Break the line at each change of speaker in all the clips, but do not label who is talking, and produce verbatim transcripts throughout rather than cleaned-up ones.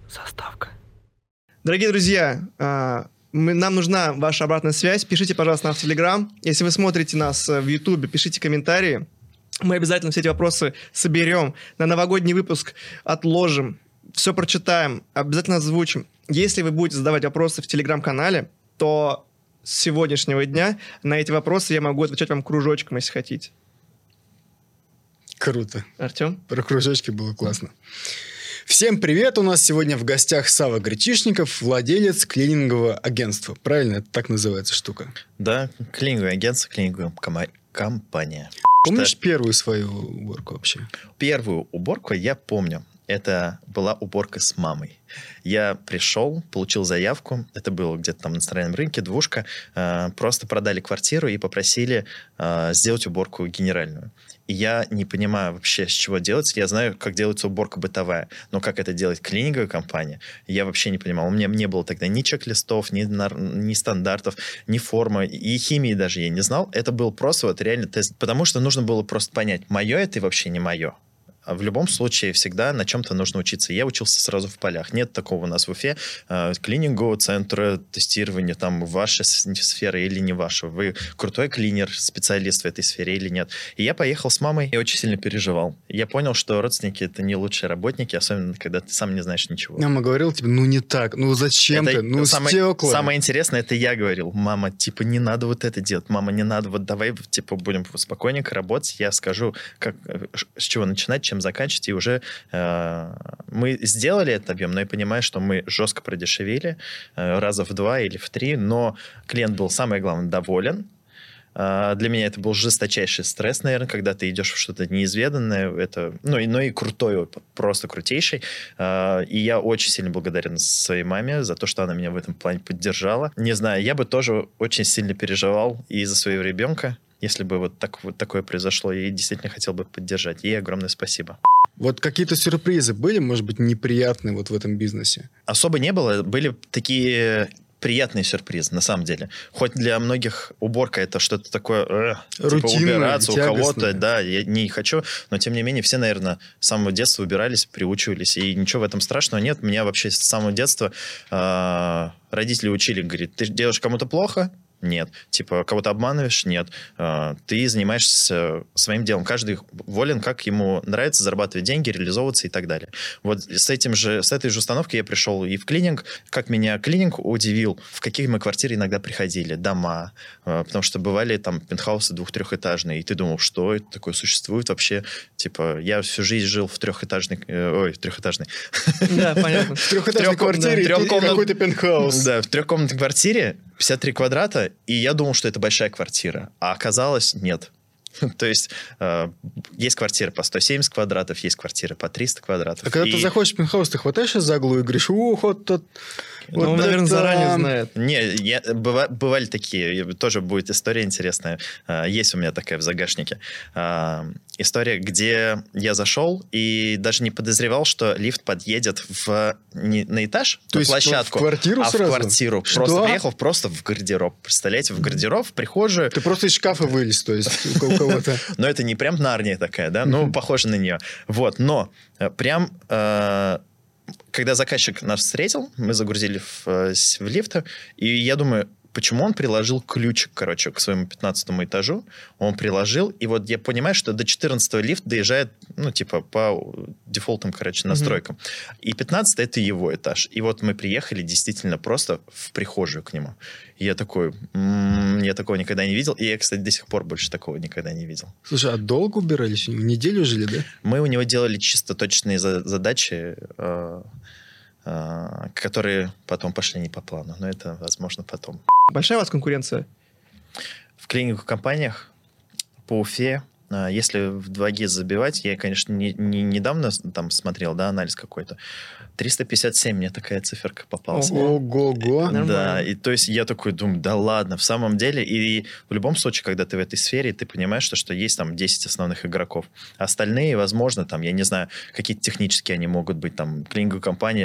Заставка. Дорогие друзья, мы, нам нужна ваша обратная связь. Пишите, пожалуйста, нам в Телеграм. Если вы смотрите нас в Ютубе, пишите комментарии. Мы обязательно все эти вопросы соберем. На новогодний выпуск отложим. Все прочитаем, обязательно озвучим. Если вы будете задавать вопросы в Телеграм-канале, то с сегодняшнего дня на эти вопросы я могу отвечать вам кружочком, если хотите.
Круто.
Артем?
Про кружочки было классно. Всем привет! У нас сегодня в гостях Сава Гречишников, владелец клинингового агентства. Правильно? Это так называется штука?
Да, клининговое агентство, клининговая кома- компания.
Помнишь
Что...
первую свою уборку вообще?
Первую уборку я помню. Это была уборка с мамой. Я пришел, получил заявку. Это было где-то там на строительном рынке, двушка. Э, просто продали квартиру и попросили э, сделать уборку генеральную. И я не понимаю вообще, с чего делать. Я знаю, как делается уборка бытовая. Но как это делает клининговая компания, я вообще не понимал. У меня не было тогда ни чек-листов, ни, ни стандартов, ни формы. И химии даже я не знал. Это был просто вот реально тест. Потому что нужно было просто понять, мое это и вообще не мое. В любом случае, всегда на чем-то нужно учиться. Я учился сразу в полях. Нет такого у нас в Уфе э, клинингового центра тестирования, там, ваша сфера или не ваша. Вы крутой клинер, специалист в этой сфере или нет. И я поехал с мамой и очень сильно переживал. Я понял, что родственники — это не лучшие работники, особенно когда ты сам не знаешь ничего.
Мама говорила тебе, ну не так, ну зачем
это
ты, ну
самое,
стекла.
Самое интересное, это я говорил. Мама, типа, не надо вот это делать. Мама, не надо, вот давай, типа, будем спокойненько работать. Я скажу, как, с чего начинать, чем заканчивать, и уже э, мы сделали этот объем, но я понимаю, что мы жестко продешевили э, раза в два или в три, но клиент был, самое главное, доволен. Э, для меня это был жесточайший стресс, наверное, когда ты идешь в что-то неизведанное, это, ну, и, ну и крутой опыт, просто крутейший. Э, и я очень сильно благодарен своей маме за то, что она меня в этом плане поддержала. Не знаю, я бы тоже очень сильно переживал и за своего ребенка, если бы вот, так, вот такое произошло, и действительно хотел бы поддержать. Ей огромное спасибо.
Вот какие-то сюрпризы были, может быть, неприятные вот в этом бизнесе?
Особо не было. Были такие приятные сюрпризы, на самом деле. Хоть для многих уборка — это что-то такое, э, типа убираться у кого-то, да, я не хочу, но тем не менее все, наверное, с самого детства убирались, приучивались, и ничего в этом страшного нет. Меня вообще с самого детства э, родители учили, говорит, ты делаешь кому-то плохо? Нет. Типа, кого-то обманываешь? Нет. Ты занимаешься своим делом. Каждый волен, как ему нравится зарабатывать деньги, реализовываться и так далее. Вот с, этим же, с этой же установкой я пришел и в клининг. Как меня клининг удивил, в какие мы квартиры иногда приходили, дома, потому что бывали там пентхаусы двух-трехэтажные, и ты думал, что это такое существует вообще? Типа, я всю жизнь жил в трехэтажной... Ой, в трехэтажной.
Да, понятно.
В трехэтажной квартире и какой-то пентхаус.
Да, в трехкомнатной квартире, пятьдесят три квадрата, и я думал, что это большая квартира. А оказалось, нет. То есть э, есть квартиры по сто семьдесят квадратов, есть квартиры по триста квадратов.
А когда
и...
ты заходишь в пентхаус, ты хватаешься за углу и говоришь, ух, вот тут...
Вот ну, он, наверное, это... заранее знает.
Не, я, быва, бывали такие, тоже будет история интересная. Есть у меня такая в загашнике. История, где я зашел и даже не подозревал, что лифт подъедет в, не на этаж,
то
на
есть
площадку,
в квартиру
а
сразу?
в квартиру.
Что?
Просто приехал просто в гардероб. Представляете, в гардероб, в прихожую.
Ты просто из шкафа вылез, то есть у кого-то.
Но это не прям Нарния такая, да? Ну, похоже на нее. Вот, но прям... Когда заказчик нас встретил, мы загрузили в, в лифт, и я думаю, почему он приложил ключик, короче, к своему пятнадцатому этажу, он приложил, и вот я понимаю, что до четырнадцатого лифт доезжает, ну, типа, по дефолтным, короче, настройкам. Mm-hmm. И пятнадцатый — это его этаж. И вот мы приехали действительно просто в прихожую к нему. И я такой, м-м, я такого никогда не видел, и я, кстати, до сих пор больше такого никогда не видел.
Слушай, а долго убирались? Неделю жили, да?
Мы у него делали чисто точные задачи, э- которые потом пошли не по плану. Но это, возможно, потом.
Большая у вас конкуренция?
В клининговых компаниях по Уфе, если в два джи забивать, я, конечно, не, не, недавно там смотрел, да, анализ какой-то, триста пятьдесят семь мне такая циферка попалась.
Ого-го.
Да, и то есть я такой думаю, да ладно, в самом деле, и в любом случае, когда ты в этой сфере, ты понимаешь, что, что есть там десять основных игроков. Остальные, возможно, там, я не знаю, какие-то технические они могут быть, там, клининговая компания,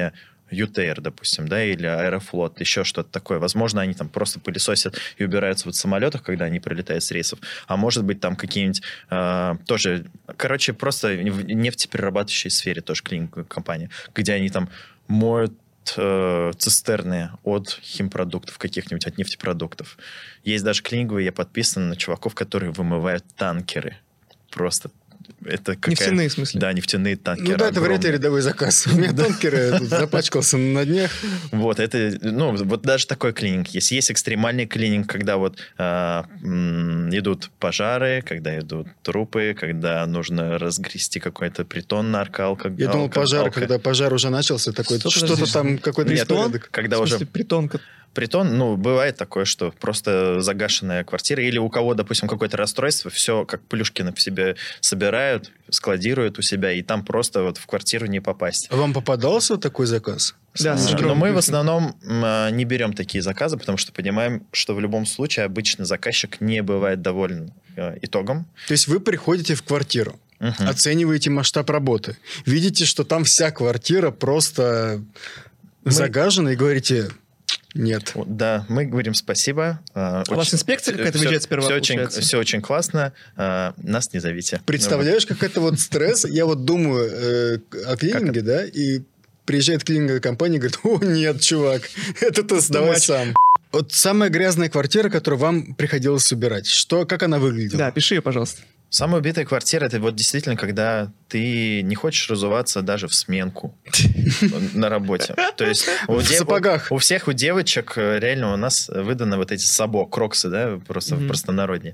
ЮТР, допустим, да, или Аэрофлот, еще что-то такое. Возможно, они там просто пылесосят и убираются вот в самолетах, когда они прилетают с рейсов. А может быть, там какие-нибудь э, тоже... Короче, просто в нефтеперерабатывающей сфере тоже клининговая компания, где они там моют э, цистерны от химпродуктов каких-нибудь, от нефтепродуктов. Есть даже клининговые, я подписан на чуваков, которые вымывают танкеры. Просто... Это какая...
Нефтяные, в смысле?
Да, нефтяные танкеры.
Ну да, это
огромные.
вряд ли рядовой заказ. У меня танкеры тут запачкался на днях.
Вот, это, ну, вот даже такой клининг есть. Есть экстремальный клининг, когда вот а, м, идут пожары, когда идут трупы, когда нужно разгрести какой-то притон наркоалко.
Я думал, пожар,
алко...
когда пожар уже начался, такой,
Что
что-то
подожди,
там, какой-то
Нет,
беспорядок.
когда
В
уже...
смысле, притон?
Притон, ну, бывает такое, что просто загашенная квартира, или у кого, допустим, какое-то расстройство, все как Плюшкина в себе собирают, складируют у себя, и там просто вот в квартиру не попасть.
А вам попадался такой заказ?
Да, с
Но
жиром.
мы в основном м, не берем такие заказы, потому что понимаем, что в любом случае обычно заказчик не бывает доволен э, итогом.
То есть вы приходите в квартиру,
Мгм.
оцениваете масштаб работы, видите, что там вся квартира просто
Мы-
загажена, и говорите, нет.
Вот, Да, мы говорим спасибо. э,
А у вас инспекция какая-то
всё-
выезжает сперва,
Все очень,
получается?
все очень классно. э, Нас не зовите.
Представляешь, как это вот стресс? Я вот думаю э, о клининге, да, и приезжает клининговая компания и говорит, о, нет, чувак, это ты сдавай
much.
сам. Вот самая грязная квартира, которую вам приходилось убирать, что, как она выглядела?
Да, пиши ее, пожалуйста.
Самая убитая квартира — это вот действительно, когда ты не хочешь разуваться даже в сменку на работе. То есть у
В
дев-
сапогах.
у всех у девочек э, реально у нас выданы вот эти сабо, кроксы, да, просто в
Мгм.
простонародье.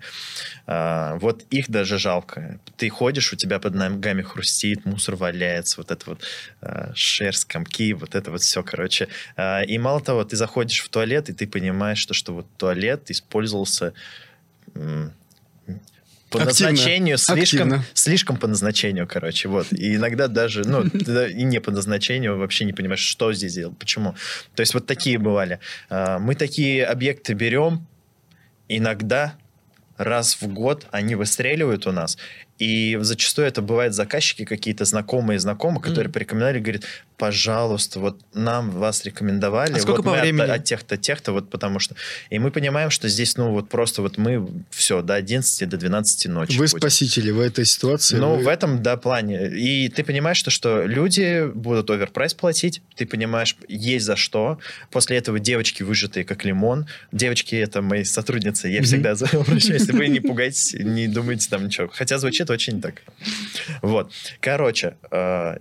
А, Вот их даже жалко. Ты ходишь, у тебя под ногами хрустит, мусор валяется, вот это вот а, шерсть, комки, вот это вот все, короче. А, И мало того, ты заходишь в туалет, и ты понимаешь, что, что вот туалет использовался... м, по
Активно.
назначению, слишком,
Активно.
слишком по назначению, короче, вот. И иногда даже, ну, да, и не по назначению вообще не понимаешь, что здесь делать, почему. То есть вот такие бывали. А, Мы такие объекты берем, иногда раз в год они выстреливают у нас, и зачастую это бывают заказчики какие-то знакомые знакомые, которые
Мгм.
порекомендовали, говорят, пожалуйста, вот нам вас рекомендовали,
А сколько
вот
по
мы от-
времени?
от, тех-то, тех-то, вот потому что... И мы понимаем, что здесь, ну, вот просто вот мы все, до одиннадцати, до двенадцати ночи
Вы
будем.
спасители в этой ситуации.
Ну,
вы-
в этом, да, плане. И ты понимаешь, что, что люди будут оверпрайс платить, ты понимаешь, есть за что. После этого девочки выжатые, как лимон. Девочки — это мои сотрудницы, я
Мгм.
всегда за- обращаюсь. Вы не пугайтесь, не думайте там ничего. Хотя звучит очень так. Вот. Короче, э,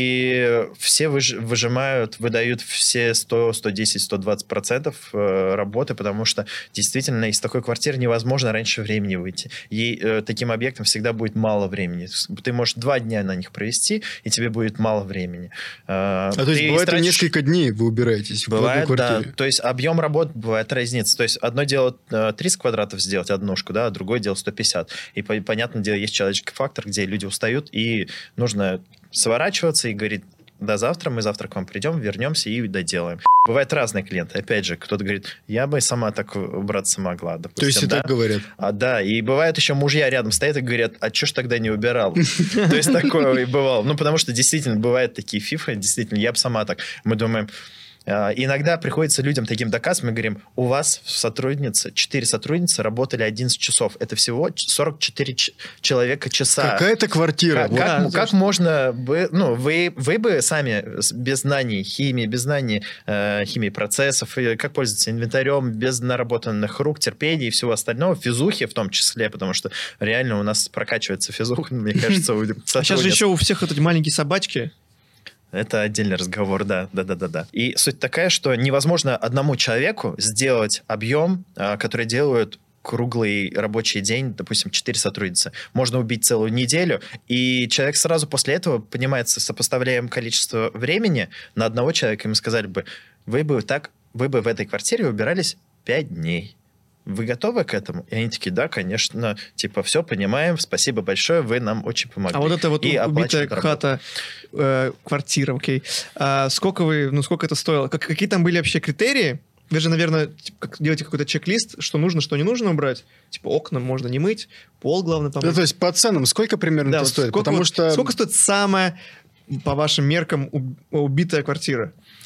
и все выж- выжимают, выдают все сто, сто десять, сто двадцать процентов э, работы, потому что действительно из такой квартиры невозможно раньше времени выйти. Ей, э, таким объектам всегда будет мало времени. Ты можешь два дня на них провести, и тебе будет мало времени. Э,
А то есть
ты
бывает и
истратишь-
несколько дней вы убираетесь
Бывает,
в одной
да.
квартире.
То есть объем работ бывает разница. То есть одно дело э, тридцать квадратов сделать однушку, да, а другое дело сто пятьдесят. И, по- понятное дело, есть человеческий фактор, где люди устают, и нужно сворачиваться и говорить, до завтра, мы завтра к вам придем, вернемся и доделаем. Бывают разные клиенты. Опять же, кто-то говорит, я бы сама так убраться могла. Допустим,
То есть и
да?
так говорят.
А, да, и бывает еще мужья рядом стоят и говорят, а что ж тогда не убирал? То есть такое и бывало. Ну, потому что действительно бывают такие фифы, действительно, я бы сама так. Мы думаем, а, иногда приходится людям таким доказывать, мы говорим, у вас сотрудницы, четыре сотрудницы работали одиннадцать часов. Это всего сорок четыре ч- человека часа.
Какая-то квартира.
Как,
Вот.
как-
Да,
как
точно.
можно бы, ну, вы, вы бы сами с- без знаний химии, без знаний э, химии процессов, и как пользоваться инвентарем, без наработанных рук, терпения и всего остального, физухи в том числе, потому что реально у нас прокачивается физуха, мне кажется, у
А сейчас же
сотрудниц.
еще у всех вот эти маленькие собачки.
Это отдельный разговор, да, да, да, да, да. И суть такая, что невозможно одному человеку сделать объем, а, который делают круглый рабочий день, допустим, четыре сотрудницы. Можно убить целую неделю, и человек сразу после этого, понимается, сопоставляем количество времени на одного человека, ему сказали бы, вы бы так, вы бы в этой квартире убирались пять дней. Вы готовы к этому? И они такие, да, конечно, типа, все, понимаем, спасибо большое, вы нам очень помогли.
А вот это вот
И
убитая
оплачивают работу.
хата, э, квартира, окей. А сколько вы, ну сколько это стоило? Как- какие там были вообще критерии? Вы же, наверное, типа, как- делаете какой-то чек-лист, что нужно, что не нужно убрать. Типа окна можно не мыть, пол, главное, помыть.
Ну, то есть по ценам сколько примерно
Да,
это
вот
стоит?
сколько
Потому
вот-
что...
Сколько стоит самая, по вашим меркам, уб- убитая квартира?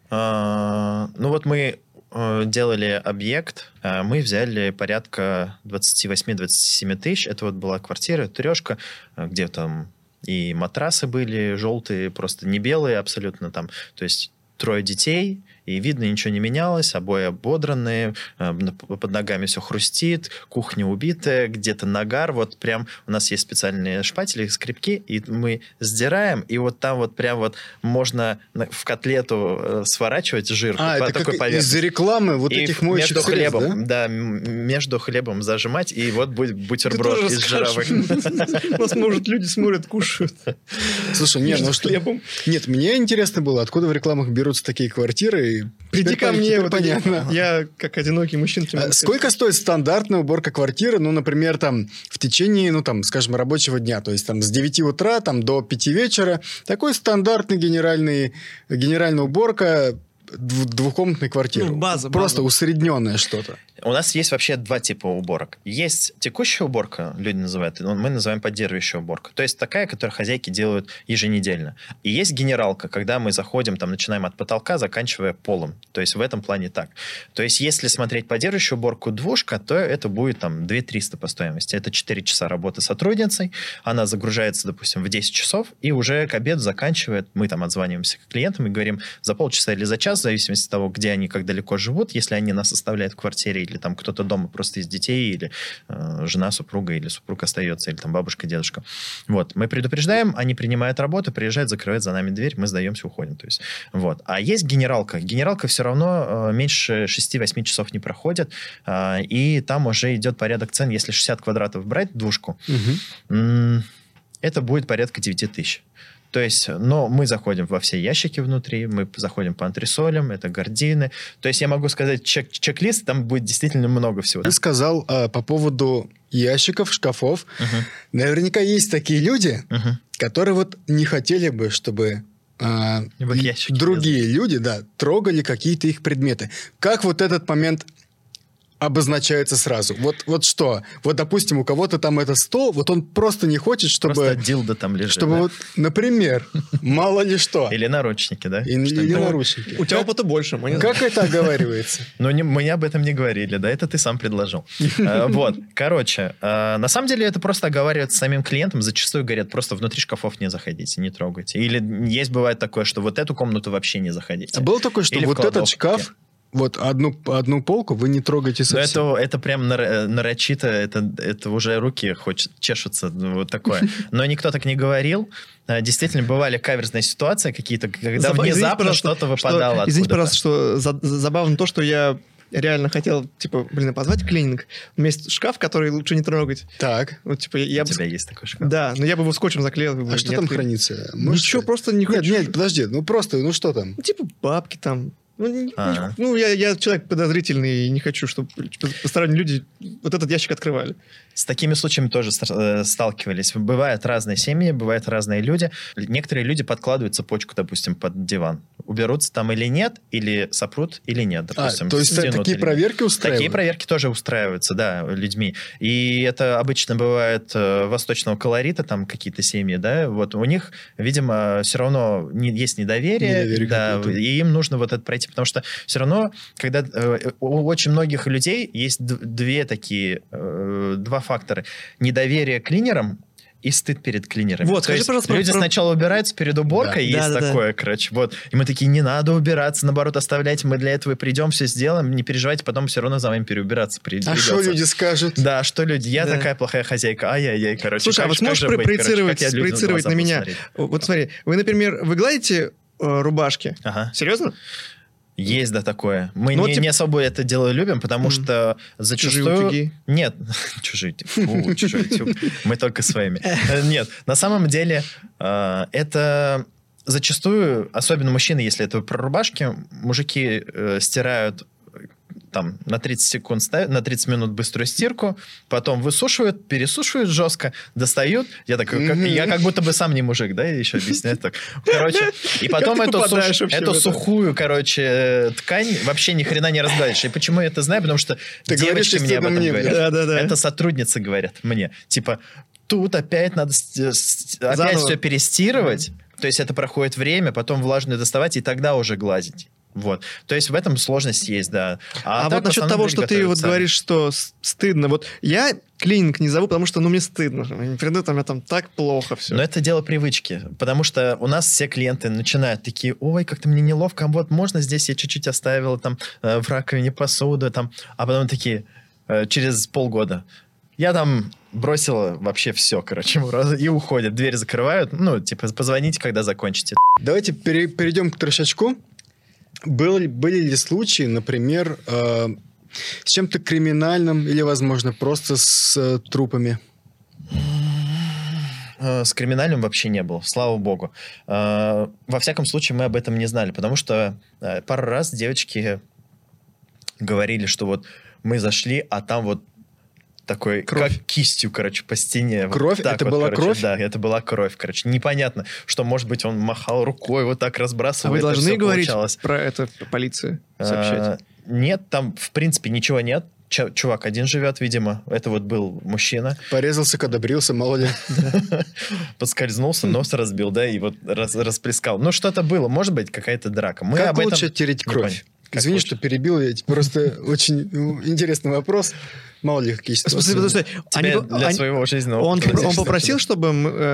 А, ну вот мы э, делали объект, э, мы взяли порядка двадцать восемь - двадцать семь тысяч. Это вот была квартира, трешка, э, где там и матрасы были желтые, просто не белые абсолютно там. То есть трое детей, и видно, ничего не менялось, обои ободранные, э, под ногами все хрустит, кухня убитая, где-то нагар, вот прям у нас есть специальные шпатели, скребки, и мы сдираем, и вот там вот прям вот можно в котлету э, сворачивать жир.
А,
по
это
такой
как из-за рекламы вот
и
этих моющих
между
средств,
хлебом, да? да, между хлебом зажимать, и вот будет бутерброд из жировых.
У нас, может, люди смотрят, кушают.
Слушай, нет, ну что... Нет, мне интересно было, откуда в рекламах берутся такие квартиры.
Приди ко мне, вот
понятно.
Я, как одинокий мужчина...
А сколько стоит стандартная уборка квартиры, ну, например, там, в течение, ну, там, скажем, рабочего дня, то есть, там, с девяти утра, там, до пяти вечера, такой стандартный генеральный, генеральная уборка двухкомнатной квартиры.
Ну, база,
Просто
база.
усредненное что-то.
У нас есть вообще два типа уборок. Есть текущая уборка, люди называют, мы называем поддерживающая уборка. То есть такая, которую хозяйки делают еженедельно. И есть генералка, когда мы заходим, там, начинаем от потолка, заканчивая полом. То есть в этом плане так. То есть если смотреть поддерживающую уборку двушка, то это будет там две тысячи триста по стоимости. Это четыре часа работы с сотрудницей. Она загружается, допустим, в десять часов и уже к обеду заканчивает. Мы там отзваниваемся к клиентам и говорим за полчаса или за час, в зависимости от того, где они, как далеко живут. Если они нас оставляют в квартире или там кто-то дома просто из детей, или э, жена, супруга, или супруг остается, или там бабушка, дедушка. Вот. Мы предупреждаем, они принимают работу, приезжают, закрывают за нами дверь, мы сдаемся, уходим. То есть, вот. А есть генералка. Генералка все равно э, меньше шести-восьми часов не проходит, э, и там уже идет порядок цен. Если шестьдесят квадратов брать двушку,
Угу.
м- это будет порядка девять тысяч. То есть, но мы заходим во все ящики внутри, мы заходим по антресолям, это гардины. То есть я могу сказать, чек- чек-лист, там будет действительно много всего.
Ты сказал а, по поводу ящиков, шкафов.
Мгм.
Наверняка есть такие люди,
Мгм.
которые вот не хотели бы, чтобы а,
В их ящики
другие люди, да, трогали какие-то их предметы. Как вот этот момент обозначается сразу? Вот, вот что? Вот, допустим, у кого-то там это стол, вот он просто не хочет, чтобы...
Просто дилдо там лежит.
чтобы
да?
вот, например, мало ли что.
Или наручники, да?
И-
Что-нибудь.
или
Ну,
наручники.
У тебя опыта больше. мы не
Как это оговаривается?
Ну, не- мы об этом не говорили, да, это ты сам предложил. Э, Вот, короче, э, на самом деле это просто оговаривается самим клиентом, зачастую говорят, просто внутри шкафов не заходите, не трогайте. Или есть, бывает такое, что вот эту комнату вообще не заходите.
А было такое, что
Или в
вот этот
кладовке.
шкаф, вот одну, одну полку вы не трогаете
Ну,
совсем?
это, это прям нар- э, нарочито, это, это уже руки хочет, чешутся, ну, вот такое. Но никто так не говорил. Э, Действительно, бывали каверзные ситуации какие-то, когда
Заба- извините,
внезапно
пожалуйста,
что-то
что-
выпадало
Извините,
откуда-то.
пожалуйста, что за- забавно то, что я реально хотел, типа, блин, позвать клининг. У меня есть шкаф, который лучше не трогать.
Так.
Вот, типа, я
У
бы...
тебя есть такой шкаф?
Да, но я бы его скотчем заклеил.
А что
не
там
открыл.
хранится? Можешь
Ничего,
сказать?
просто не
Нет,
хочу.
нет, подожди, ну просто, ну что там?
Ну, типа бабки там. Ну, не- не-
А.
ну, я, я человек подозрительный и не хочу, чтобы посторонние люди вот этот ящик открывали.
С такими случаями тоже ст- э, сталкивались. Бывают разные семьи, бывают разные люди. Некоторые люди подкладывают цепочку, допустим, под диван. Уберутся там или нет, или сопрут, или нет,
А,
допустим.
то есть
стянут
такие
или нет.
проверки устраивают?
Такие проверки тоже устраиваются, да, людьми. И это обычно бывает э, восточного колорита, там какие-то семьи, да, вот у них, видимо, все равно не, есть недоверие,
Недоверие
да,
какое-то.
и им нужно вот это пройти, потому что все равно, когда э, у очень многих людей есть д- две такие, э, два фактора. Недоверие к клинерам и стыд перед клинерами.
Вот,
То
скажи,
есть
пожалуйста,
люди
про-
сначала убираются перед уборкой,
Да.
есть
Да-да-да.
такое, короче, вот. И мы такие, не надо убираться, наоборот, оставляйте, мы для этого придем, все сделаем, не переживайте, потом все равно за вами переубираться при-
А
придется.
что люди скажут?
Да, что люди, я
Да.
такая плохая хозяйка, ай-яй-яй, короче.
Слушай,
как
а вот
же- как
сможешь
же
про-
быть, короче,
проецировать,
как я людям в
проецировать
глаза
на меня?
буду смотреть?
Вот смотри, вы, например, вы гладите э, рубашки?
Ага.
Серьезно?
Есть, да, такое. Мы
Ну,
не,
вот тип-
не особо это дело любим, потому
Мгм.
что
Чужие
зачастую...
утюги.
Нет, чужие, фу, чужой утюг. Мы только своими. Э, Нет, на самом деле э, это зачастую, особенно мужчины, если это про рубашки, мужики э, стирают там на тридцать секунд, ставят, на тридцать минут быструю стирку, потом высушивают, пересушивают жестко, достают. Я такой, как,
Мгм.
я как будто бы сам не мужик, да, я еще объясняю так. Короче, и потом
ты
эту,
попадаешь
суш-
вообще
эту
в это?
сухую, короче, э, ткань вообще ни хрена не разгладишь. И почему я это знаю? Потому что
Ты говоришь,
девочки мне об
естественно,
этом
мне,
говорят.
да. Да-да-да.
Это сотрудницы говорят мне. Типа, тут опять надо с- с- опять
Заново.
все перестирывать. То есть это проходит время, потом влажную доставать, и тогда уже глазить. Вот. То есть в этом сложность есть, да.
А, а
так
вот насчет того, что ты вот говоришь, что стыдно. Вот я клининг не зову, потому что, ну, мне стыдно. Не приду, там, я там так плохо все.
Но это дело привычки. Потому что у нас все клиенты начинают такие, ой, как-то мне неловко, а вот можно здесь я чуть-чуть оставила там в раковине посуду, там, а потом такие через полгода. Я там бросила вообще все, короче, и уходят. Дверь закрывают. Ну, типа, позвоните, когда закончите.
Давайте пере- перейдем к трешачку. Был, были ли случаи, например, э, с чем-то криминальным или, возможно, просто с э, трупами?
С криминальным вообще не было, слава богу. Во всяком случае, мы об этом не знали, потому что пару раз девочки говорили, что вот мы зашли, а там вот такой, кровь. Как кистью, короче, по стене.
Кровь?
Вот
это
вот,
была
короче,
кровь?
Да, это была кровь, короче. Непонятно, что, может быть, он махал рукой, вот так разбрасывал.
А вы должны говорить
получалось.
Про это полиции сообщать?
А, нет, там, в принципе, ничего нет. Ч- чувак один живет, видимо. Это вот был мужчина.
Порезался, когда брился, мало ли.
Подскользнулся, нос разбил, да, и вот расплескал. Ну, что-то было, может быть, какая-то драка.
Как лучше оттереть кровь? Извини, что перебил, я просто очень интересный вопрос. Мало ли какие ситуации.
Тебе для своего жизненного
опыта. Он попросил, чтобы...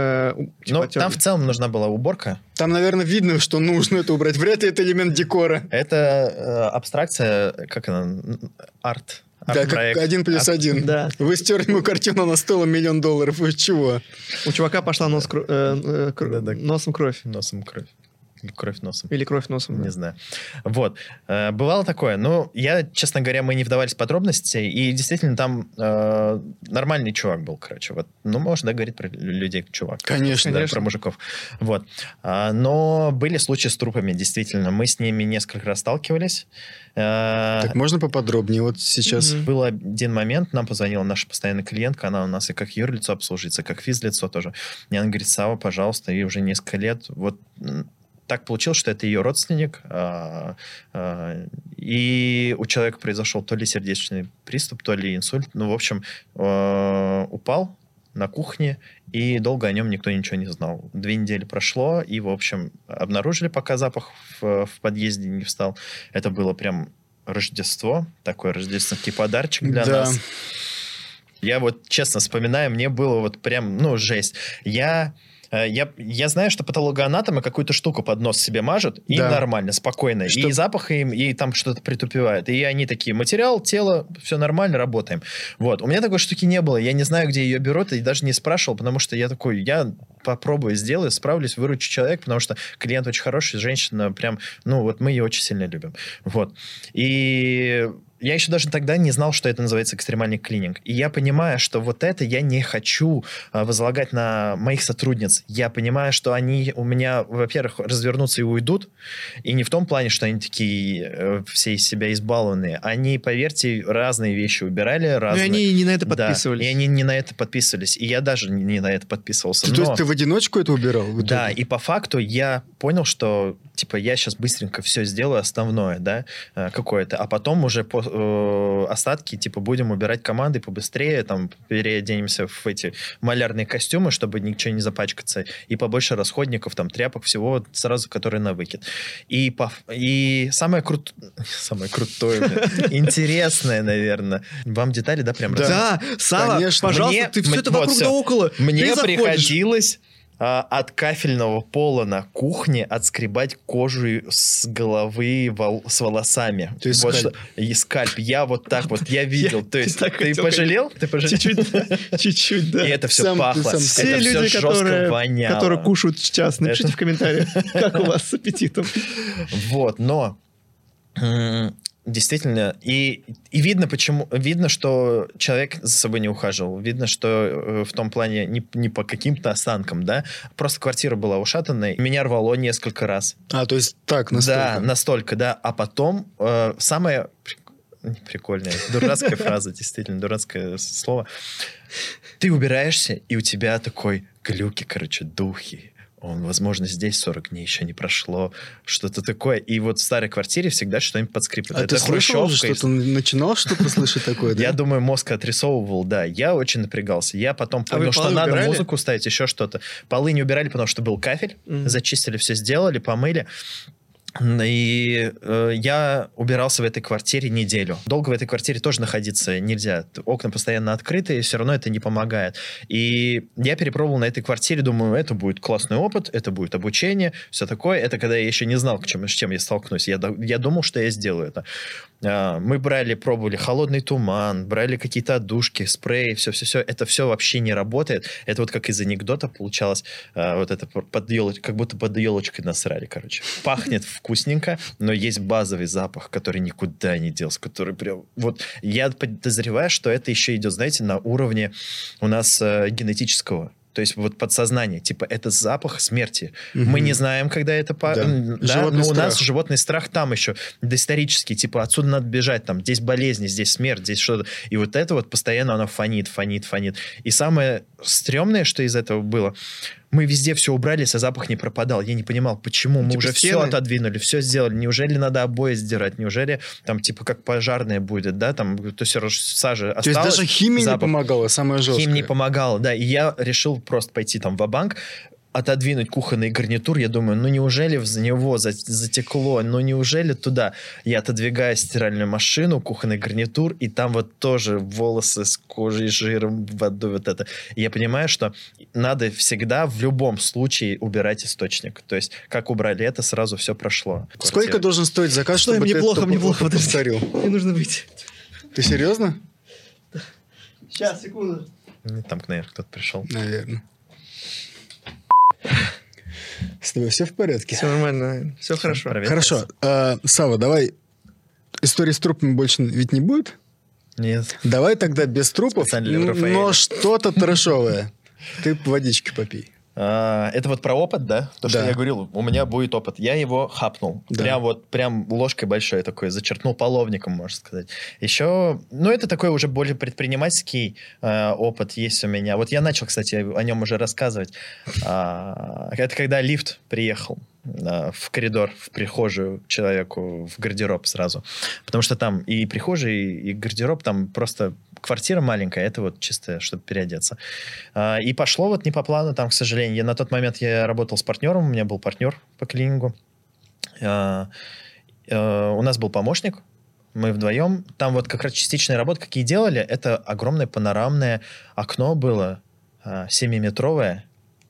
Ну, там в целом нужна была уборка.
Там, наверное, видно, что нужно это убрать. Вряд ли это элемент декора.
Это абстракция, как она, арт.
Да, как один плюс один.
Да.
Вы стерли ему картину, она стоила миллион долларов. Вы чего?
У чувака пошла нос, э, э, да, носом кровь.
Носом кровь. Или кровь носом.
Или кровь носом.
Не
да.
знаю. Вот. Э, бывало такое. Ну, я, честно говоря, мы не вдавались в подробности. И действительно там э, нормальный чувак был, короче. Вот. Ну, можно, да, говорить про людей, чувак.
Конечно.
Да,
конечно.
про мужиков. Вот. А, но были случаи с трупами, действительно. Мы с ними несколько раз сталкивались.
Э, так можно поподробнее? Вот сейчас.
Mm-hmm. Был один момент, нам позвонила наша постоянная клиентка. Она у нас и как юрлицо обслуживается, как физлицо тоже. И она говорит, Сава, пожалуйста, ей уже несколько лет. Вот... Так получилось, что это ее родственник, а, а, и у человека произошел то ли сердечный приступ, то ли инсульт. Ну, в общем, а, упал на кухне, и долго о нем никто ничего не знал. Две недели прошло, и, в общем, обнаружили, пока запах в, в подъезде не встал. Это было прям Рождество, такой рождественский подарочек для
да.
нас. Я вот, честно вспоминаю, мне было вот прям, ну, жесть. Я... Я, я знаю, что патологоанатомы какую-то штуку под нос себе мажут, и да. нормально, спокойно. Что? И запах им, и там что-то притупевает. И они такие, материал, тело, все нормально, работаем. Вот. У меня такой штуки не было. Я не знаю, где ее берут, и даже не спрашивал, потому что я такой, я попробую, сделаю, справлюсь, выручу человека, потому что клиент очень хороший, женщина прям, ну вот мы ее очень сильно любим. Вот. И... Я еще даже тогда не знал, что это называется экстремальный клининг. И я понимаю, что вот это я не хочу а, возлагать на моих сотрудниц. Я понимаю, что они у меня, во-первых, развернутся и уйдут. И не в том плане, что они такие э, все из себя избалованные. Они, поверьте, разные вещи убирали. Разные.
Но они не на это подписывались.
Да, и они не на это подписывались. И я даже не на это подписывался.
Ты,
Но...
То есть ты в одиночку это убирал?
Да, и по факту я понял, что типа я сейчас быстренько все сделаю, основное, да, какое-то. А потом уже по остатки, типа, будем убирать команды побыстрее, там, переоденемся в эти малярные костюмы, чтобы ничего не запачкаться, и побольше расходников, там, тряпок, всего сразу, которые на выкид. И, по... и самое, крут... самое крутое, интересное, наверное, вам детали, да, прям?
Да, Сава, пожалуйста, ты все это вокруг да около.
Мне приходилось от кафельного пола на кухне отскребать кожу с головы вол- с волосами.
То есть
вот
скальп.
Что, и скальп. Я вот так вот, я видел.
Я,
То есть
ты,
ты пожалел? Ты пожалел?
Чуть-чуть, чуть-чуть, да.
И это все
Сам,
пахло.
сам,
это
все люди,
все
которые,
жестко воняло.
которые кушают сейчас, напишите
Это...
в комментариях, как у вас с аппетитом.
Вот, но... Действительно, и, и видно, почему, видно, что человек за собой не ухаживал, видно, что э, в том плане не, не по каким-то останкам, да, просто квартира была ушатанной, меня рвало несколько раз.
А, то есть так, настолько?
Да, настолько, да, а потом э, самое прикольное, дурацкая фраза, действительно, дурацкое слово, ты убираешься, и у тебя такой глюки, короче, духи. Он, возможно, здесь сорок дней еще не прошло, что-то такое. И вот в старой квартире всегда что-нибудь подскрипывает.
А
это
ты слышал уже
хрущевка.
что-то? Начинал что-то слышать такое, да?
Я думаю, мозг отрисовывал, да. Я очень напрягался. Я потом
А
понял, что надо
убирали?
музыку ставить, еще что-то. Полы не убирали, потому что был кафель.
Mm-hmm.
Зачистили, все сделали, помыли. И э, я убирался в этой квартире неделю. Долго в этой квартире тоже находиться нельзя. Окна постоянно открыты, и все равно это не помогает. И я перепробовал на этой квартире, думаю, это будет классный опыт, это будет обучение, все такое. Это когда я еще не знал, к чем, с чем я столкнусь. Я, я думал, что я сделаю это. А, мы брали, пробовали холодный туман, брали какие-то отдушки, спреи, все-все-все. Это все вообще не работает. Это вот как из анекдота получалось, а, вот это под елоч... как будто под елочкой насрали, короче. Пахнет вкусненько, но есть базовый запах, который никуда не делся, который прям... Вот я подозреваю, что это еще идет, знаете, на уровне у нас э, генетического. То есть вот подсознание, типа, это запах смерти. Угу. Мы не знаем, когда это... По... Да, да но страх. У нас животный страх там еще доисторический. Типа, отсюда надо бежать, там, здесь болезни, здесь смерть, здесь что-то. И вот это вот постоянно оно фонит, фонит, фонит. И самое стрёмное, что из этого было... Мы везде все убрали, а запах не пропадал. Я не понимал, почему. Мы типа уже стены? Все отодвинули, все сделали. Неужели надо обои сдирать? Неужели там типа как пожарное будет, да? Там то все сажа осталась.
То есть даже химия запах. Не помогала, самое жесткое.
Химия не помогала, да. И я решил просто пойти там ва-банк, отодвинуть кухонный гарнитур. Я думаю, ну неужели в него затекло? Ну неужели туда? Я отодвигаю стиральную машину, кухонный гарнитур, и там вот тоже волосы с кожей, жиром, водой, вот это. И я понимаю, что надо всегда в любом случае убирать источник. То есть, как убрали это, сразу все прошло.
Сколько Квартира. Должен стоить заказ,
что
чтобы
мне
ты
плохо, мне плохо,
повторил?
Мне нужно выйти.
Ты серьезно?
Сейчас, секунду.
Там, наверное, кто-то пришел.
Наверное. С тобой все в порядке?
Все нормально, все, все хорошо.
Хорошо. А, Сава, давай. Истории с трупами больше ведь не будет?
Нет.
Давай тогда без трупов, но что-то трэшовое. Ты водички попей.
А, это вот про опыт, да? То, да. Что я говорил, у меня будет опыт. Я его хапнул. Да. Прям вот, прям ложкой большой такой, зачерпнул половником, можно сказать. Еще, ну, это такой уже более предпринимательский э, опыт есть у меня. Вот я начал, кстати, о нем уже рассказывать. А, это когда лифт приехал э, в коридор, в прихожую человеку, в гардероб сразу. Потому что там и прихожая, и гардероб, там просто... Квартира маленькая, это вот чисто, чтобы переодеться. А, и пошло вот не по плану, там, к сожалению. Я, на тот момент я работал с партнером, у меня был партнер по клинингу. А, а, у нас был помощник, мы вдвоем. Там вот как раз частичная работа, какие делали, это огромное панорамное окно было, а, семиметровое,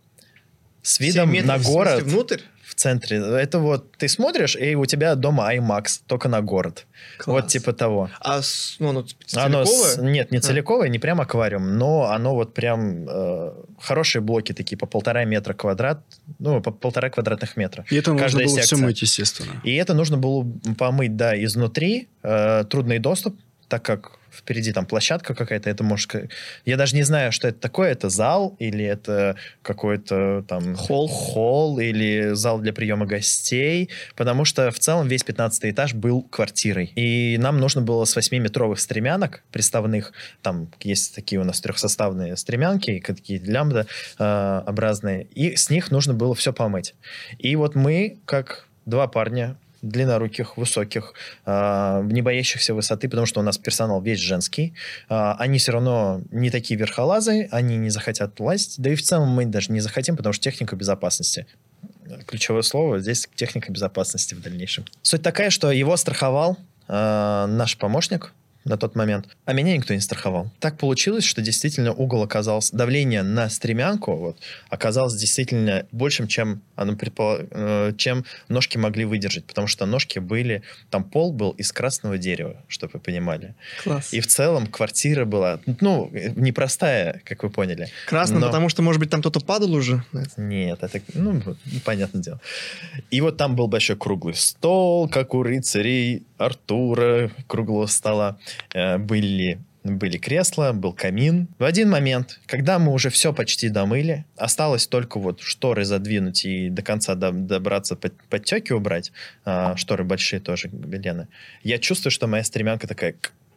с видом на город.
Внутрь?
В центре. Это вот ты смотришь, и у тебя дома IMAX, только на город.
Класс.
Вот типа того.
А с, ну, оно целиковое?
Оно с, нет, не целиковое, а. не прям аквариум, но оно вот прям э, хорошие блоки такие по полтора метра квадрат, ну, по полтора квадратных метра.
И это
Каждая
нужно было
секция.
Все мыть, естественно.
И это нужно было помыть, да, изнутри. Э, трудный доступ, так как впереди там площадка какая-то, это может... Я даже не знаю, что это такое, это зал или это какой-то там...
Холл.
Холл или зал для приема гостей, потому что в целом весь пятнадцатый этаж был квартирой. И нам нужно было с восьмиметровых стремянок приставных, там есть такие у нас трехсоставные стремянки, такие лямбда э, образные, и с них нужно было все помыть. И вот мы, как два парня, длинноруких, высоких, э, не боящихся высоты, потому что у нас персонал весь женский. Э, они все равно не такие верхолазы, они не захотят лазить, да и в целом мы даже не захотим, потому что техника безопасности. Ключевое слово здесь техника безопасности в дальнейшем. Суть такая, что его страховал э, наш помощник на тот момент, а меня никто не страховал. Так получилось, что действительно угол оказался, давление на стремянку вот, оказалось действительно большим, чем, оно предпол... чем ножки могли выдержать, потому что ножки были, там пол был из красного дерева, чтобы вы понимали.
Класс.
И в целом квартира была, ну, непростая, как вы поняли.
Красным, но... потому что, может быть, там кто-то падал уже?
Нет, это, ну, понятное дело. И вот там был большой круглый стол, как у рыцарей Артура, круглого стола. Были, были кресла, был камин. В один момент, когда мы уже все почти домыли, осталось только вот шторы задвинуть и до конца до, добраться, под, подтеки убрать, а, шторы большие тоже, гобелены, я чувствую, что моя стремянка такая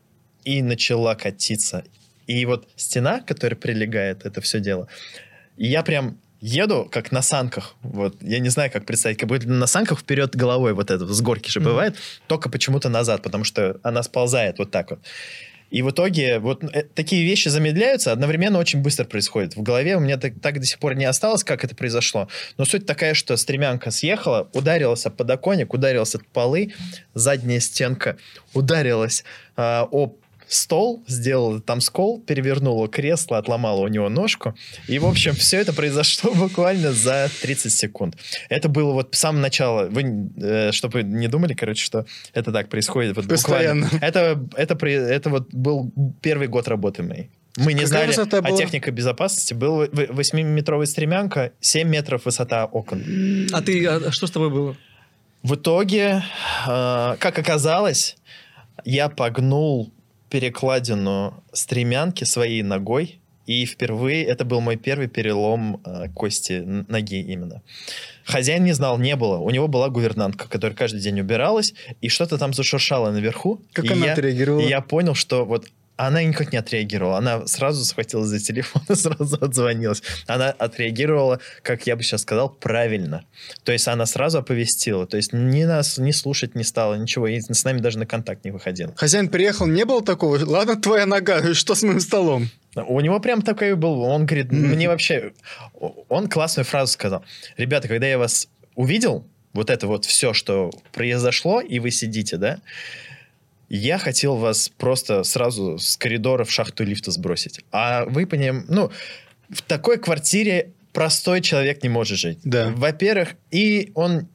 и начала катиться. И вот стена, которая прилегает, это все дело, и я прям... Еду, как на санках. Вот. Я не знаю, как представить. Как будто на санках вперед головой вот это, с горки же mm-hmm. бывает. Только почему-то назад, потому что она сползает вот так вот. И в итоге вот э, такие вещи замедляются, одновременно очень быстро происходит. В голове у меня так, так до сих пор не осталось, как это произошло. Но суть такая, что стремянка съехала, ударилась об подоконник, ударилась от полы, задняя стенка ударилась э, об стол, сделала там скол, перевернула кресло, отломала у него ножку. И, в общем, все это произошло буквально за тридцать секунд. Это было вот с самого начала. Вы, э, чтобы не думали, короче, что это так происходит. Вот
постоянно.
Это, это, это, это вот был первый год работы моей. Мы не
Какая
знали
была?
о технике безопасности. Была восьмиметровая стремянка, семь метров высота окон.
А ты, а что с тобой было?
В итоге, э, как оказалось, я погнул перекладину стремянки своей ногой, и впервые это был мой первый перелом э, кости ноги именно. Хозяин не знал, не было. У него была гувернантка, которая каждый день убиралась, и что-то там зашуршало наверху.
Как
и
она
я,
отреагировала?
И я понял, что вот она никак не отреагировала. Она сразу схватилась за телефон и сразу отзвонилась. Она отреагировала, как я бы сейчас сказал, правильно. То есть она сразу оповестила. То есть ни нас не слушать не стала, ничего. И с нами даже на контакт не выходила.
Хозяин приехал, не было такого? Ладно, твоя нога, что с моим столом?
У него прям такой был. Он говорит, мне вообще... Он классную фразу сказал. Ребята, когда я вас увидел, вот это вот все, что произошло, и вы сидите, да, я хотел вас просто сразу с коридора в шахту лифта сбросить. А вы понимаете, ну, в такой квартире простой человек не может жить.
Да.
Во-первых, и он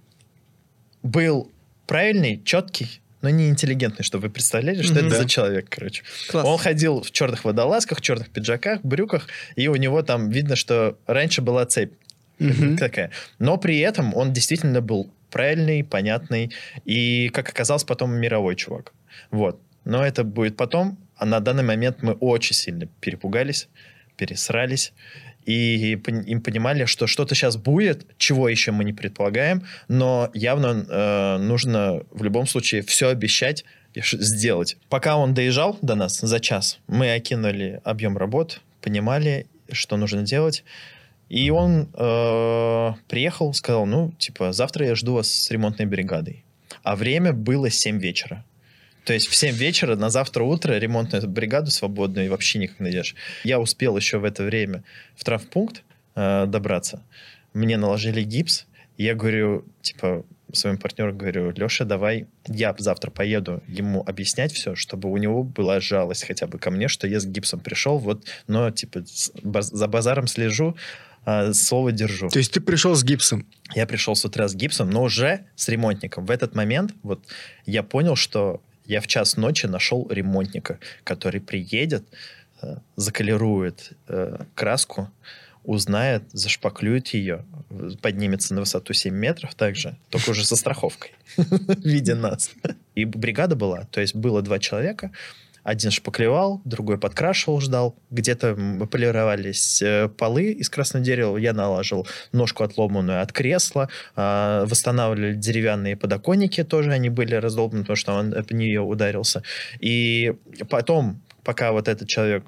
был правильный, четкий, но не интеллигентный, чтобы вы представляли, что
Mm-hmm.
это
Да.
за человек, короче.
Класс.
Он ходил в черных водолазках, в черных пиджаках, брюках, и у него там видно, что раньше была цепь
Мгм.
такая. Но при этом он действительно был правильный, понятный, и, как оказалось, потом мировой чувак. Вот. Но это будет потом. А на данный момент мы очень сильно перепугались, пересрались, и им понимали, что что-то сейчас будет, чего еще мы не предполагаем, но явно э, нужно в любом случае все обещать и ш- сделать. Пока он доезжал до нас за час, мы окинули объем работ, понимали, что нужно делать. И он э, приехал, сказал, ну, типа, завтра я жду вас с ремонтной бригадой. А время было семь вечера. То есть в семь вечера на завтра утро ремонтную бригаду свободную вообще никак найдешь. Я успел еще в это время в травмпункт э, добраться. Мне наложили гипс. Я говорю, типа, своему партнеру говорю, Леша, давай я завтра поеду ему объяснять все, чтобы у него была жалость хотя бы ко мне, что я с гипсом пришел, вот, но, типа, с, баз, за базаром слежу, э, слово держу.
То есть ты пришел с гипсом?
Я пришел с утра с гипсом, но уже с ремонтником. В этот момент вот я понял, что я в час ночи нашел ремонтника, который приедет, э, заколирует э, краску, узнает, зашпаклюет ее, поднимется на высоту семь метров также, только уже со страховкой в виде нас. И бригада была, то есть было два человека, один шпаклевал, другой подкрашивал, ждал. Где-то полировались э, полы из красного дерева. Я налаживал ножку отломанную от кресла. Э, восстанавливали деревянные подоконники. Тоже они были раздолбаны, потому что он об нее ударился. И потом, пока вот этот человек,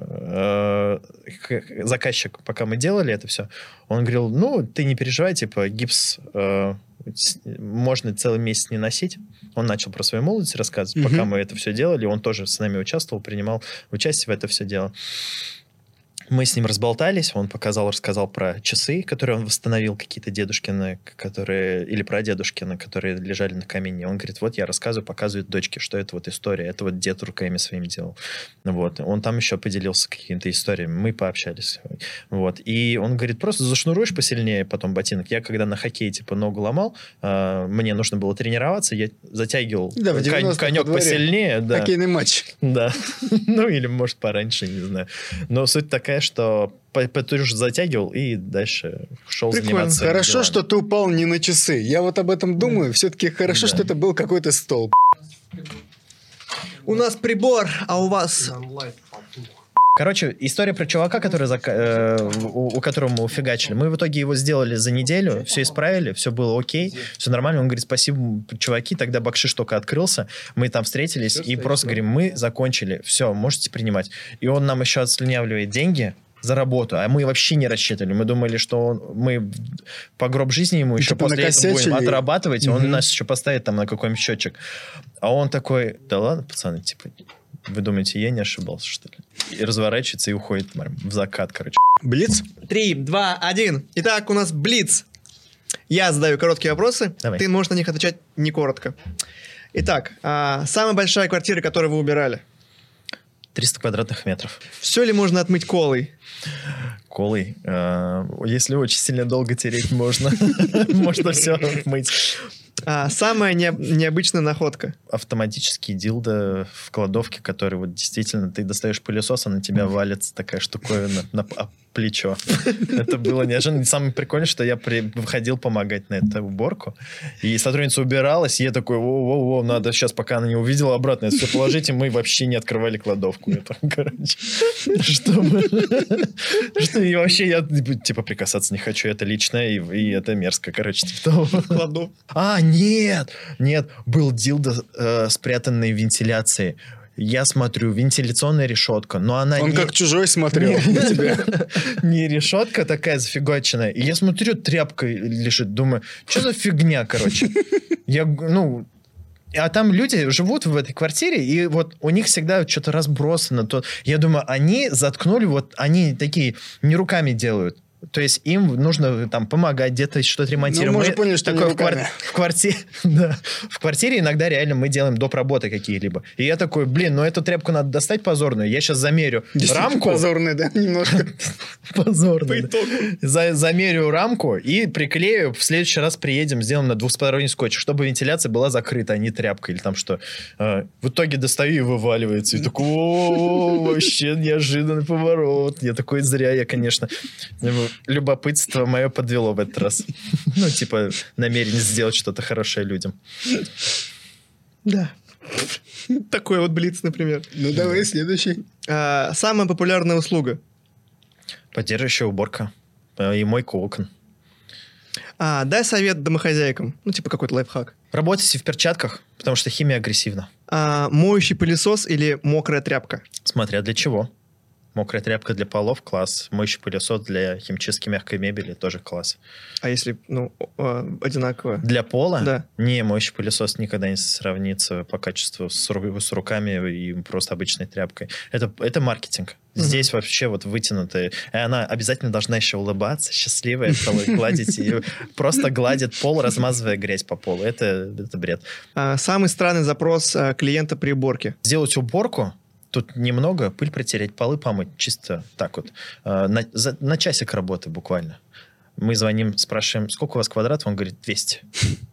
э, заказчик, пока мы делали это все, он говорил, ну, ты не переживай, типа, гипс... Э, можно целый месяц не носить. Он начал про свою молодость рассказывать, mm-hmm. пока мы это все делали. Он тоже с нами участвовал, принимал участие в это все дело. Мы с ним разболтались, он показал, рассказал про часы, которые он восстановил, какие-то дедушкины, которые, или прадедушкины, которые лежали на камине. Он говорит, вот я рассказываю, показывает дочке, что это вот история, это вот дед руками своими делал. Вот. Он там еще поделился какими-то историями, мы пообщались. Вот. И он говорит, просто зашнуруешь посильнее потом ботинок. Я когда на хоккее типа ногу ломал, э, мне нужно было тренироваться, я затягивал
да,
кон- конек посильнее. Да.
Хоккейный матч.
Да. Ну или может пораньше, не знаю. Но суть такая, что ты уже затягивал и дальше шел
Прикольно.
заниматься
Хорошо,
делами.
что ты упал не на часы. Я вот об этом думаю. Все-таки хорошо,
Да.
что это был какой-то столб.
У нас прибор, а у вас...
Короче, история про чувака, который зака- э, у, у которого мы уфигачили. Мы в итоге его сделали за неделю, все исправили, все было окей, все нормально. Он говорит, спасибо, чуваки, тогда бакшиш только открылся. Мы там встретились и просто говорим, мы закончили, все, можете принимать. И он нам еще отслюнявливает деньги за работу, а мы вообще не рассчитывали. Мы думали, что он, мы по гроб жизни ему еще
типа
после этого будем
накосячили.
отрабатывать,
Мгм.
он нас еще поставит там на какой-нибудь счетчик. А он такой, да ладно, пацаны, типа, Вы думаете, я не ошибался, что ли? И разворачивается и уходит в закат, короче.
Блиц?
Три, два, один. Итак, у нас блиц. Я задаю короткие вопросы.
Давай.
Ты можешь на них отвечать не коротко. Итак, а, самая большая квартира, которую вы убирали?
триста квадратных метров.
Все ли можно отмыть колой?
Колой. Э, если очень сильно долго тереть, можно. Можно все отмыть.
А, самая не- необычная находка?
Автоматический дилдо в кладовке, который вот действительно ты достаешь пылесос, а на тебя валится такая штуковина на п- плечо. Это было неожиданно. И самое прикольное, что я при- выходил помогать на эту уборку, и сотрудница убиралась, и я такой, воу-воу-воу, надо сейчас, пока она не увидела, обратно это все положить, и мы вообще не открывали кладовку. Это, короче, чтобы... Что и вообще я, типа, прикасаться не хочу, это личное, и, и это мерзко, короче, типа того.
Кладу.
А, нет, нет, был дилдо, э, спрятанный в вентиляции. Я смотрю, вентиляционная решетка, но она
Он
не...
как чужой смотрел на тебя.
Не решетка такая зафигаченная. И я смотрю, тряпка лежит, думаю, что за фигня, короче. Я, ну... А там люди живут в этой квартире, и вот у них всегда что-то разбросано. То... Я думаю, они заткнули, вот они такие не руками делают. То есть им нужно там помогать, где-то что-то ремонтировать.
Ну, мы уже поняли, что
такое
не
в, квар...
руками.
в, квартире... да. в квартире иногда реально мы делаем доп. Работы какие-либо. И я такой, блин, ну эту тряпку надо достать позорную. Я сейчас замерю рамку.
Позорный, да, немножко.
Позорно. Да. За, замерю рамку и приклею. В следующий раз приедем, сделаем на двухсторонний скотч, чтобы вентиляция была закрыта, а не тряпка или там что. А, в итоге достаю и вываливается. И такой, о, вообще неожиданный поворот. Я такой, зря я, конечно... Любопытство мое подвело в этот раз. Ну, типа, намерение сделать что-то хорошее людям.
Да. Такой вот блиц, например.
Ну, давай, следующий.
А, самая популярная услуга?
Поддерживающая уборка. И мойка окон.
А, дай совет домохозяйкам. Ну, типа какой-то лайфхак.
Работайте в перчатках, потому что химия агрессивна.
А, моющий пылесос или мокрая тряпка?
Смотря для чего. Мокрая тряпка для полов – класс. Моющий пылесос для химчистки мягкой мебели – тоже класс.
А если, ну, одинаково?
Для пола?
Да.
Не, моющий пылесос никогда не сравнится по качеству с, ру- с руками и просто обычной тряпкой. Это, это маркетинг.
Мгм.
Здесь вообще вот вытянутая. И она обязательно должна еще улыбаться, счастливая, целой гладить. И просто гладит пол, размазывая грязь по полу. Это, это бред.
А, самый странный запрос а, клиента при уборке?
Сделать уборку, тут немного, пыль протереть, полы помыть, чисто так вот. А, На, за- на часик работы буквально. Мы звоним, спрашиваем, сколько у вас квадратов? Он говорит, двести.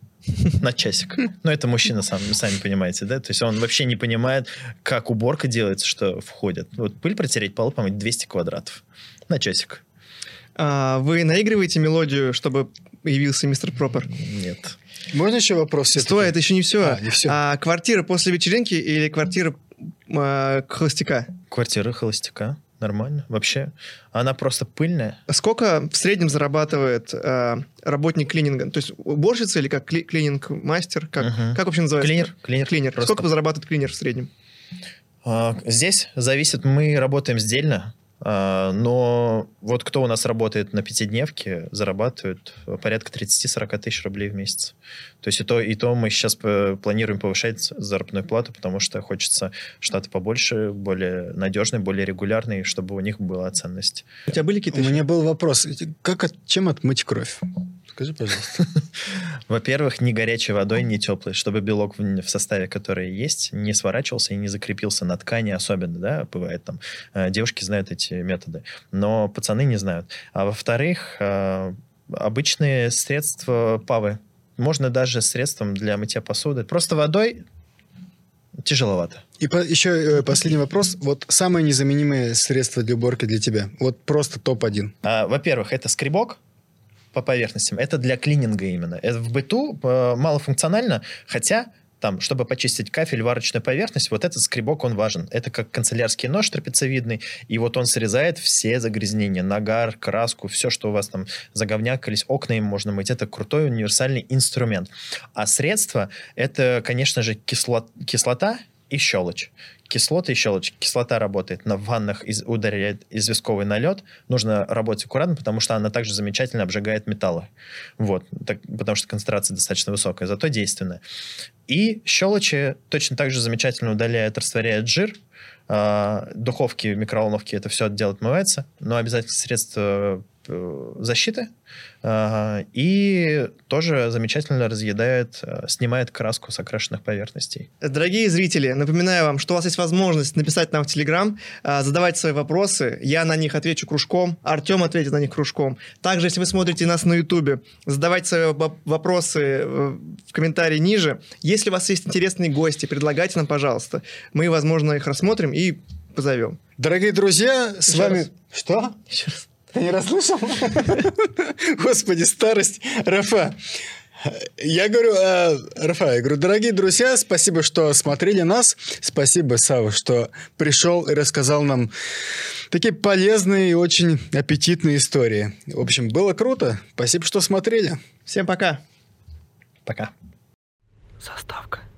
На часик. Ну, это мужчина, сам, сами понимаете, да? То есть он вообще не понимает, как уборка делается, что входит. Вот пыль протереть, полы помыть, двести квадратов. На часик.
А, вы наигрываете мелодию, чтобы явился мистер Пропер?
Нет.
Можно еще вопрос? все-таки?
Стой, это еще не все.
А, не всё.
А, квартира после вечеринки или квартира а, холостяка?
Квартира холостяка. Нормально. Вообще. Она просто пыльная.
Сколько в среднем зарабатывает а, работник клининга? То есть уборщица или как кли- клининг-мастер? Как,
Мгм.
как вообще называется?
Клинер. Клинер.
Клинер.
Просто.
Сколько зарабатывает клинер в среднем?
А, Здесь зависит, мы работаем сдельно, а, но вот кто у нас работает на пятидневке, зарабатывает порядка тридцать-сорок тысяч рублей в месяц. То есть и то, и то мы сейчас п- планируем повышать заработную плату, потому что хочется штаты побольше, более надежные, более регулярные, чтобы у них была ценность.
У тебя были какие-то
У
еще?
меня был вопрос. Как от, чем отмыть кровь? Скажи, пожалуйста.
Во-первых, не горячей водой, не теплой, чтобы белок в, в составе, который есть, не сворачивался и не закрепился на ткани особенно, да, бывает там. э, Девушки знают эти методы, но пацаны не знают. А во-вторых, э, обычные средства павы. Можно даже средством для мытья посуды. Просто водой тяжеловато.
И по- еще э, последний вопрос. Вот самое незаменимое средство для уборки для тебя? Вот просто топ один.
А, Во-первых, это скребок по поверхностям. Это для клининга именно. Это в быту э, малофункционально, хотя там, чтобы почистить кафель, варочную поверхность, вот этот скребок, он важен. Это как канцелярский нож трапециевидный, и вот он срезает все загрязнения, нагар, краску, все, что у вас там заговнякались, окна им можно мыть. Это крутой универсальный инструмент. А средство, это, конечно же, кисло- кислота и щелочь. Кислота и щелочь. Кислота работает на ваннах, из, ударяет известковый налет. Нужно работать аккуратно, потому что она также замечательно обжигает металлы. Вот. Так, потому что концентрация достаточно высокая, зато действенная. И щелочи точно так же замечательно удаляет, растворяет жир. э, духовки, микроволновки, это все дело отмывается, но обязательно средства защиты, и тоже замечательно разъедает, снимает краску с окрашенных поверхностей.
Дорогие зрители, напоминаю вам, что у вас есть возможность написать нам в Телеграм, задавать свои вопросы, я на них отвечу кружком, Артем ответит на них кружком. Также, если вы смотрите нас на Ютубе, задавайте свои вопросы в комментарии ниже. Если у вас есть интересные гости, предлагайте нам, пожалуйста. Мы, возможно, их рассмотрим и позовем.
Дорогие друзья, с
Еще
вами...
раз.
Что?
Еще раз.
Ты не расслышал? Господи, старость. Рафа, я говорю, э, Рафа, я говорю, дорогие друзья, спасибо, что смотрели нас. Спасибо, Сава, что пришел и рассказал нам такие полезные и очень аппетитные истории. В общем, было круто. Спасибо, что смотрели.
Всем пока.
Пока.
Заставка.